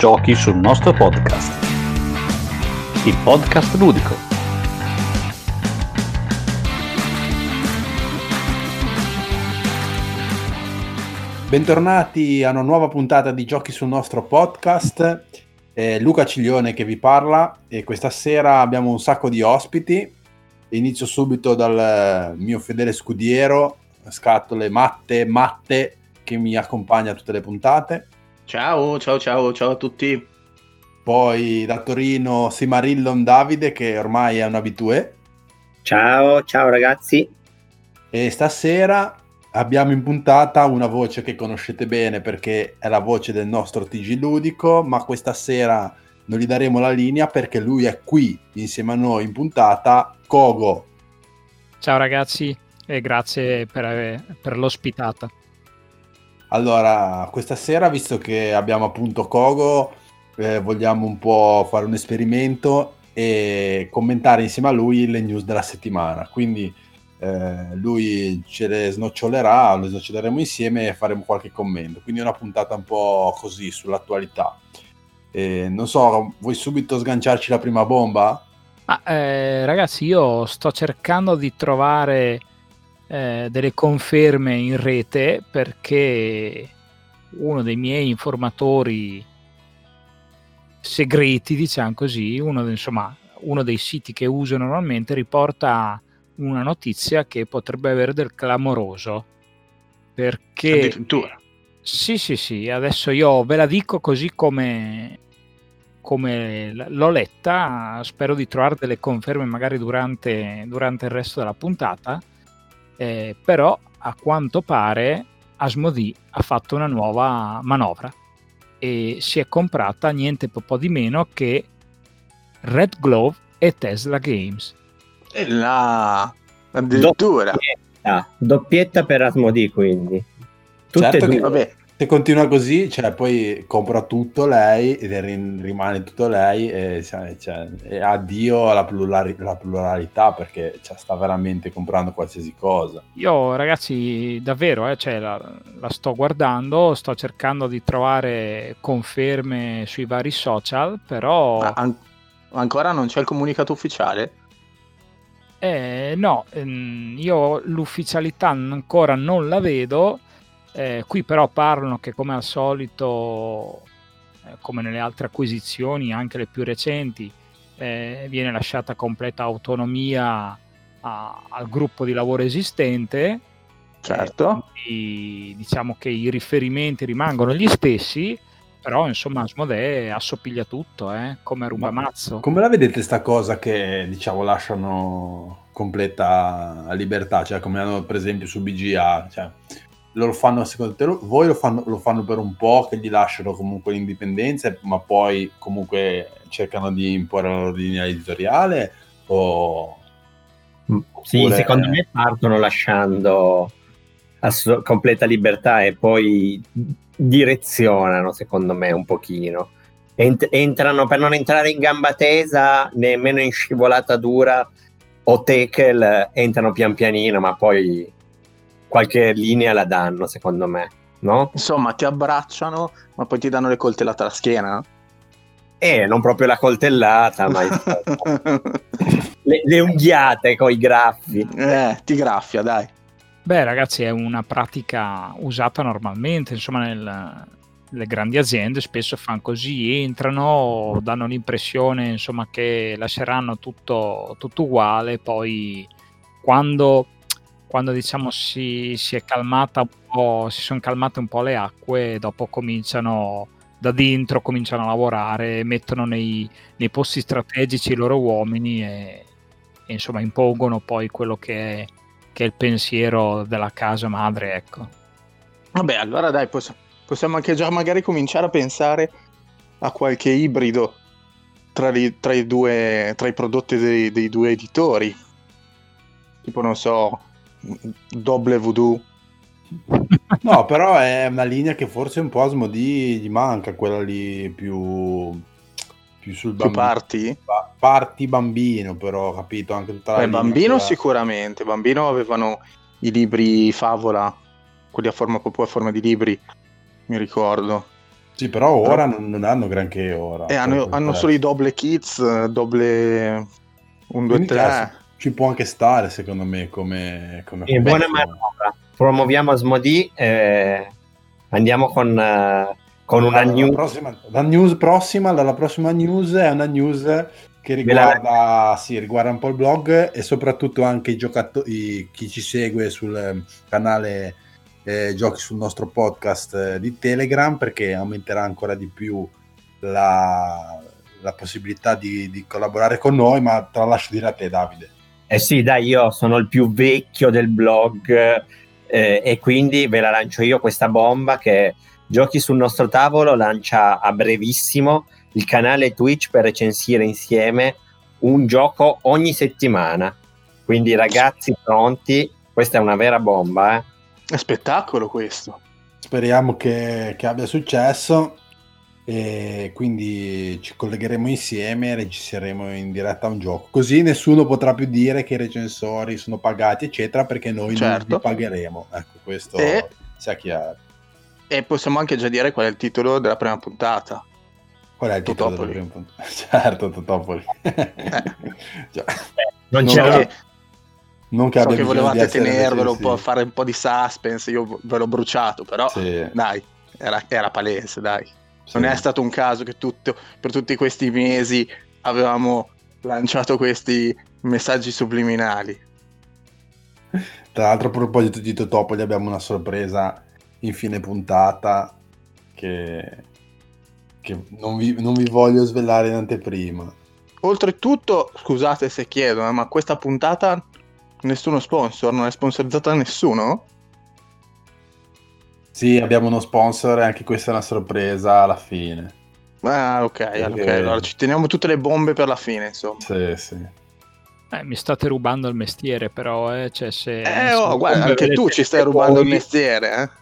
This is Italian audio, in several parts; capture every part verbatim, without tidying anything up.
Giochi sul nostro podcast, il podcast ludico. Bentornati a una nuova puntata di Giochi sul nostro podcast. È Luca Ciglione che vi parla e questa sera abbiamo un sacco di ospiti. Inizio subito dal mio fedele scudiero, Scatole Matte Matte, che mi accompagna a tutte le puntate. Ciao, ciao, ciao, ciao a tutti. Poi da Torino Simarillon Davide, che ormai è un abitué. Ciao, ciao ragazzi. E stasera abbiamo in puntata una voce che conoscete bene perché è la voce del nostro T G ludico, ma questa sera non gli daremo la linea perché lui è qui insieme a noi in puntata. Kogo. Ciao ragazzi e grazie per, per l'ospitata. Allora, questa sera, visto che abbiamo appunto Kogo, eh, vogliamo un po' fare un esperimento e commentare insieme a lui le news della settimana. Quindi eh, lui ce le snocciolerà, le snoccioleremo insieme e faremo qualche commento. Quindi è una puntata un po' così sull'attualità. Eh, non so, vuoi subito sganciarci la prima bomba? Ah, eh, ragazzi, io sto cercando di trovare eh, delle conferme in rete perché uno dei miei informatori segreti, diciamo così, uno, insomma, uno dei siti che uso normalmente riporta una notizia che potrebbe avere del clamoroso. Perché addirittura sì, sì, sì, adesso io ve la dico così come come l'ho letta, spero di trovare delle conferme magari durante, durante il resto della puntata, eh, però a quanto pare Asmodee ha fatto una nuova manovra e si è comprata niente po' di meno che Red Glove e Tesla Games. E là, addirittura doppietta, doppietta per Asmodee, quindi tutte certo due. Che, vabbè, se continua così, cioè poi compra tutto lei ed rimane tutto lei e, cioè, e addio alla plurali- la pluralità, perché cioè, sta veramente comprando qualsiasi cosa. Io ragazzi davvero eh, cioè, la, la sto guardando, sto cercando di trovare conferme sui vari social, però ma an- ancora non c'è il comunicato ufficiale? Eh, no, ehm, io l'ufficialità ancora non la vedo. Eh, qui però parlano che come al solito, eh, come nelle altre acquisizioni, anche le più recenti, eh, viene lasciata completa autonomia a, al gruppo di lavoro esistente. Certo. Eh, quindi, diciamo che i riferimenti rimangono gli stessi, però insomma Asmodee assopiglia tutto, eh, come rubamazzo. Come la vedete sta cosa che diciamo lasciano completa libertà, cioè come hanno per esempio su B G A, cioè loro fanno, secondo te, voi lo fanno, lo fanno per un po' che gli lasciano comunque l'indipendenza, ma poi comunque cercano di imporre la loro linea editoriale? O sì, oppure... secondo me partono lasciando ass- completa libertà e poi direzionano, secondo me, un pochino. Ent- entrano per non entrare in gamba tesa, nemmeno in scivolata dura o tackle, entrano pian pianino, ma poi qualche linea la danno, secondo me, no? Insomma, ti abbracciano, ma poi ti danno le coltellate alla schiena? Eh, non proprio la coltellata, ma le, le unghiate coi graffi. Eh, ti graffia, dai. Beh, ragazzi, è una pratica usata normalmente, insomma, nel, le grandi aziende spesso fanno così, entrano, danno l'impressione, insomma, che lasceranno tutto, tutto uguale, poi quando... quando diciamo si, si è calmata un po', si sono calmate un po' le acque, dopo cominciano da dentro, cominciano a lavorare, mettono nei, nei posti strategici i loro uomini e, e insomma impongono poi quello che è, che è il pensiero della casa madre, ecco. Vabbè, allora dai, poss- possiamo anche già magari cominciare a pensare a qualche ibrido tra, li, tra i due, tra i prodotti dei, dei due editori, tipo non so, Double Voodoo. No, però è una linea che forse un po' Asmodee gli manca, quella lì più più sul bambino, più party? Ba- party bambino, però capito anche tutta la Beh, linea bambino quella... sicuramente, bambino avevano i libri favola, quelli a forma proprio a forma di libri, mi ricordo. Sì, però ora non, non hanno granché ora. E hanno, hanno solo i double kits, double un, due, tre. Ci può anche stare, secondo me, come, come e buona manovra. Promuoviamo Asmodee, eh, andiamo con, eh, con una allora, news. La, prossima, la news prossima, la prossima news è una news che riguarda, sì, riguarda un po' il blog e soprattutto anche i giocatori, chi ci segue sul canale eh, Giochi sul nostro podcast eh, di Telegram, perché aumenterà ancora di più la, la possibilità di, di collaborare con noi, ma te la lascio dire a te, Davide. Eh sì, dai, io sono il più vecchio del blog eh, e quindi ve la lancio io questa bomba che Giochi sul nostro tavolo lancia a brevissimo il canale Twitch per recensire insieme un gioco ogni settimana. Quindi ragazzi pronti, questa è una vera bomba. Eh? È spettacolo questo. Speriamo che, che abbia successo e quindi ci collegheremo insieme e registreremo in diretta un gioco. Così nessuno potrà più dire che i recensori sono pagati, eccetera, perché noi certo. non li pagheremo. Ecco, questo e... sia chiaro. E possiamo anche già dire qual è il titolo della prima puntata. Qual è il titolo Totopoli. della prima puntata? Certo, Totopoli. Eh. Cioè, non non c'era... che, non che so abbia che bisogno volevate di essere tenervelo, un recensiti. po', fare un po' di suspense, io ve l'ho bruciato, però Sì. dai, era, era palese, dai. Sì. Non è stato un caso che tutto, per tutti questi mesi avevamo lanciato questi messaggi subliminali. Tra l'altro, a proposito di Totopoli, abbiamo una sorpresa in fine puntata che, che non, vi, non vi voglio svelare in anteprima. Oltretutto, scusate se chiedo, ma questa puntata nessuno sponsor, non è sponsorizzata da nessuno? Sì, abbiamo uno sponsor e anche questa è una sorpresa alla fine. Ah, ok, Perché... ok, allora ci teniamo tutte le bombe per la fine, insomma. Sì, sì. Eh, mi state rubando il mestiere, però, eh, cioè se... Eh, oh, guarda, anche tu ci stai poi... rubando il mestiere, eh?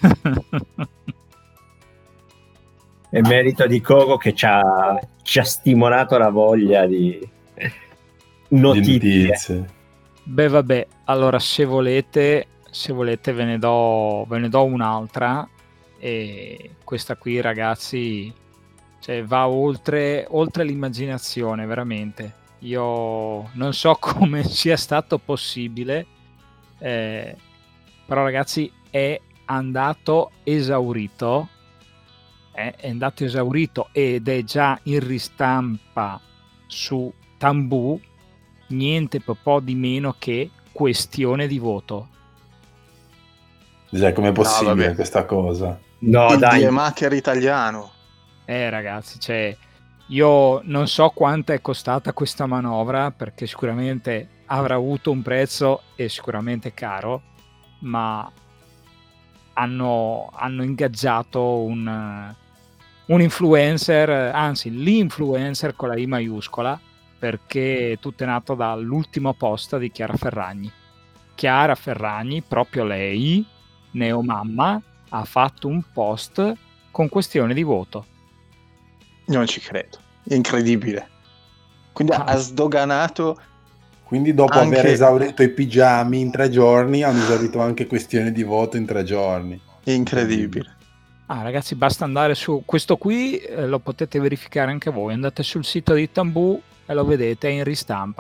È merito di Kogo che ci ha, ci ha stimolato la voglia di notizie. Di notizie. Beh, vabbè, allora se volete, se volete ve ne do, ve ne do un'altra e questa qui, ragazzi, cioè va oltre, oltre l'immaginazione, veramente. Io non so come sia stato possibile, eh, però ragazzi è andato esaurito, eh, è andato esaurito ed è già in ristampa su Tambù, niente po' di meno che Questione di voto. Cioè, com'è possibile no, questa cosa? No, il dai. D M hacker italiano. Eh ragazzi, cioè io non so quanto è costata questa manovra, perché sicuramente avrà avuto un prezzo e sicuramente caro, ma hanno, hanno ingaggiato un, un influencer, anzi l'influencer con la I maiuscola, perché tutto è nato dall'ultimo post di Chiara Ferragni. Chiara Ferragni, proprio lei, neomamma, ha fatto un post con Questione di voto. Non ci credo, è incredibile. Quindi Ah. ha sdoganato. Quindi dopo Anche- aver esaurito i pigiami in tre giorni, hanno esaurito anche Questione di voto in tre giorni. È incredibile. Ah, ragazzi, basta andare su questo qui, eh, lo potete verificare anche voi. Andate sul sito di Tambù e lo vedete, è in ristampa.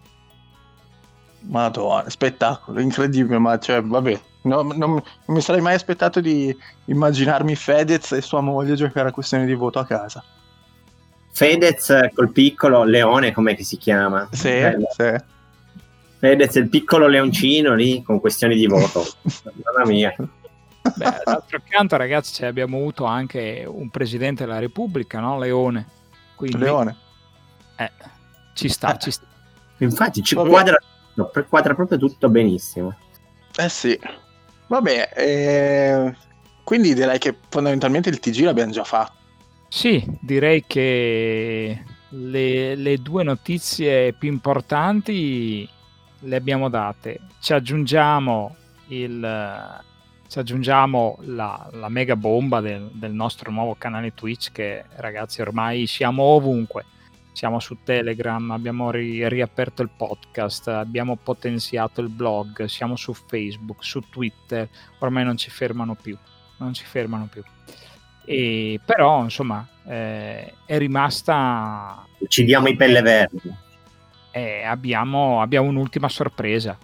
Madonna, spettacolo, incredibile, ma cioè, vabbè, no, non, non mi sarei mai aspettato di immaginarmi Fedez e sua moglie giocare a Questione di voto a casa. Fedez col piccolo leone, com'è che si chiama? Sì, Bello. sì. Fedez, il piccolo leoncino lì con Questioni di voto. Mamma mia. Beh, d'altro canto, ragazzi, cioè, abbiamo avuto anche un presidente della Repubblica, no? Leone. Quindi, Leone. Eh, ci sta, ci sta. Infatti ci Vabbè. quadra, no, quadra proprio tutto benissimo. Eh sì. Vabbè, eh, quindi direi che fondamentalmente il T G l'abbiamo già fatto. Sì, direi che le, le due notizie più importanti le abbiamo date. Ci aggiungiamo il ci aggiungiamo la, la mega bomba del, del nostro nuovo canale Twitch, che ragazzi ormai siamo ovunque. Siamo su Telegram, abbiamo ri- riaperto il podcast, abbiamo potenziato il blog, siamo su Facebook, su Twitter, ormai non ci fermano più, non ci fermano più. E però insomma eh, è rimasta, ci diamo i pelle verdi. eh, abbiamo, abbiamo un'ultima sorpresa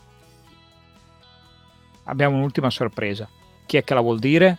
abbiamo un'ultima sorpresa. Chi è che la vuol dire?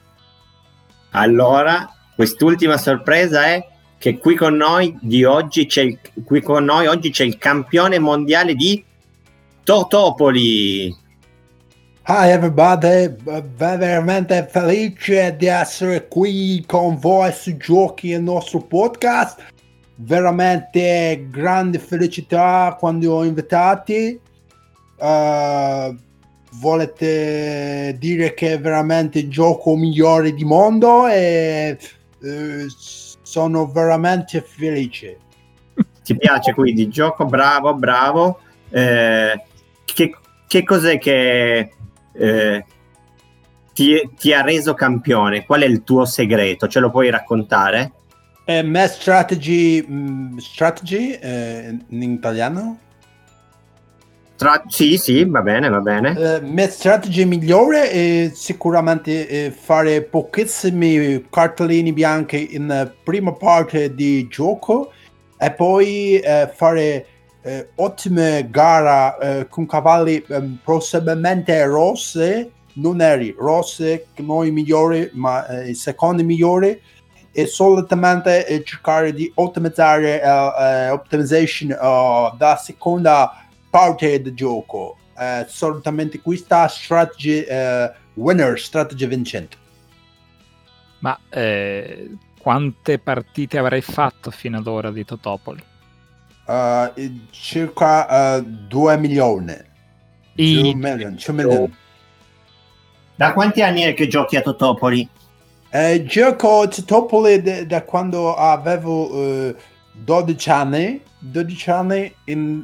Allora, quest'ultima sorpresa è che qui con noi di oggi c'è il, qui con noi oggi c'è il campione mondiale di Totopoli. Hi everybody, veramente felice di essere qui con voi su Giochi, il nostro podcast. Veramente grande felicità quando ho invitati. Uh, volete dire che è veramente il gioco migliore di mondo e uh, sono veramente felice. Ti piace quindi il gioco? Bravo, bravo. Eh, che, che cos'è che eh, ti, ti ha reso campione? Qual è il tuo segreto? Ce lo puoi raccontare? Eh, me strategy, mh, strategy eh, in italiano? Tra- sì, sì, va bene, va bene. Uh, me strategy migliore è sicuramente eh, fare pochissimi cartellini bianchi in prima parte di gioco e poi eh, fare eh, ottime gare eh, con cavalli eh, possibilmente rosse, non neri, rosse come i migliori, ma eh, i secondi migliori, e solitamente eh, cercare di ottimizzare uh, uh, optimization uh, da seconda parte del gioco. Uh, solitamente questa strategy uh, winner, strategy vincente. Ma eh, quante partite avrai fatto fino ad ora di Totopoli? Uh, circa uh, due milioni. I... due milioni, due milioni. Da quanti anni è che giochi a Totopoli? Eh, gioco a Totopoli de- da quando avevo uh, dodici anni, dodici anni in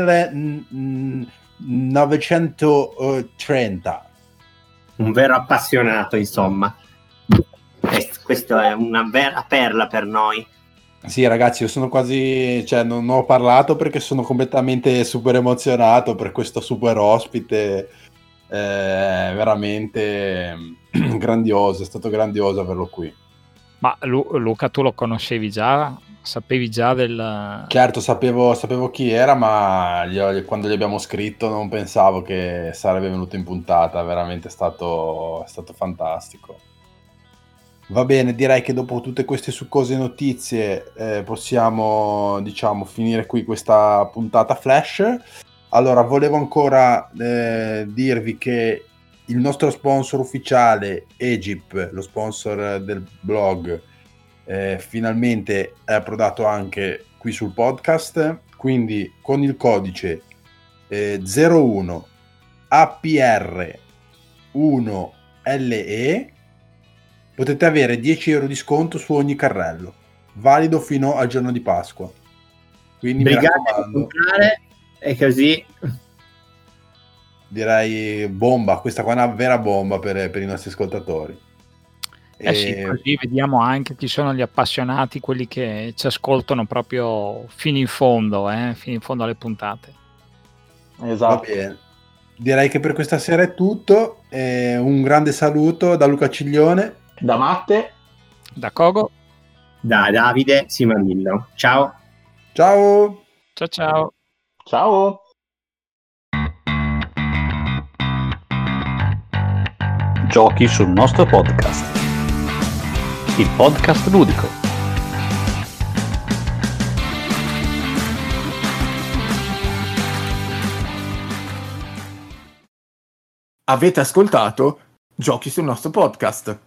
millenovecentotrenta. Un vero appassionato, insomma. Eh, questa è una vera perla per noi. Sì, ragazzi, io sono quasi, cioè non ho parlato perché sono completamente super emozionato per questo super ospite. Eh, veramente grandioso, è stato grandioso averlo qui. Ma Lu- Luca, tu lo conoscevi già? Sapevi già del... Certo, sapevo, sapevo chi era, ma gli- quando gli abbiamo scritto non pensavo che sarebbe venuto in puntata. Veramente è stato, è stato fantastico. Va bene, direi che dopo tutte queste succose notizie eh, possiamo, diciamo, finire qui questa puntata flash. Allora, volevo ancora eh, dirvi che il nostro sponsor ufficiale, Egip, lo sponsor del blog, eh, finalmente è approdato anche qui sul podcast. Quindi con il codice eh, zero uno A P R uno L E potete avere dieci euro di sconto su ogni carrello, valido fino al giorno di Pasqua. Quindi Brigate mi raccomando, a comprare. E così direi bomba, questa qua è una vera bomba per, per i nostri ascoltatori. Eh E... sì, così vediamo anche chi sono gli appassionati, quelli che ci ascoltano proprio fino in fondo, eh, fino in fondo alle puntate. Esatto. Va bene. Direi che per questa sera è tutto. E un grande saluto da Luca Ciglione, Da Matte, Da Kogo, da Davide Simanillo. Ciao. ciao. ciao ciao. ciao. Giochi sul nostro podcast. Il podcast ludico. Avete ascoltato Giochi sul nostro podcast.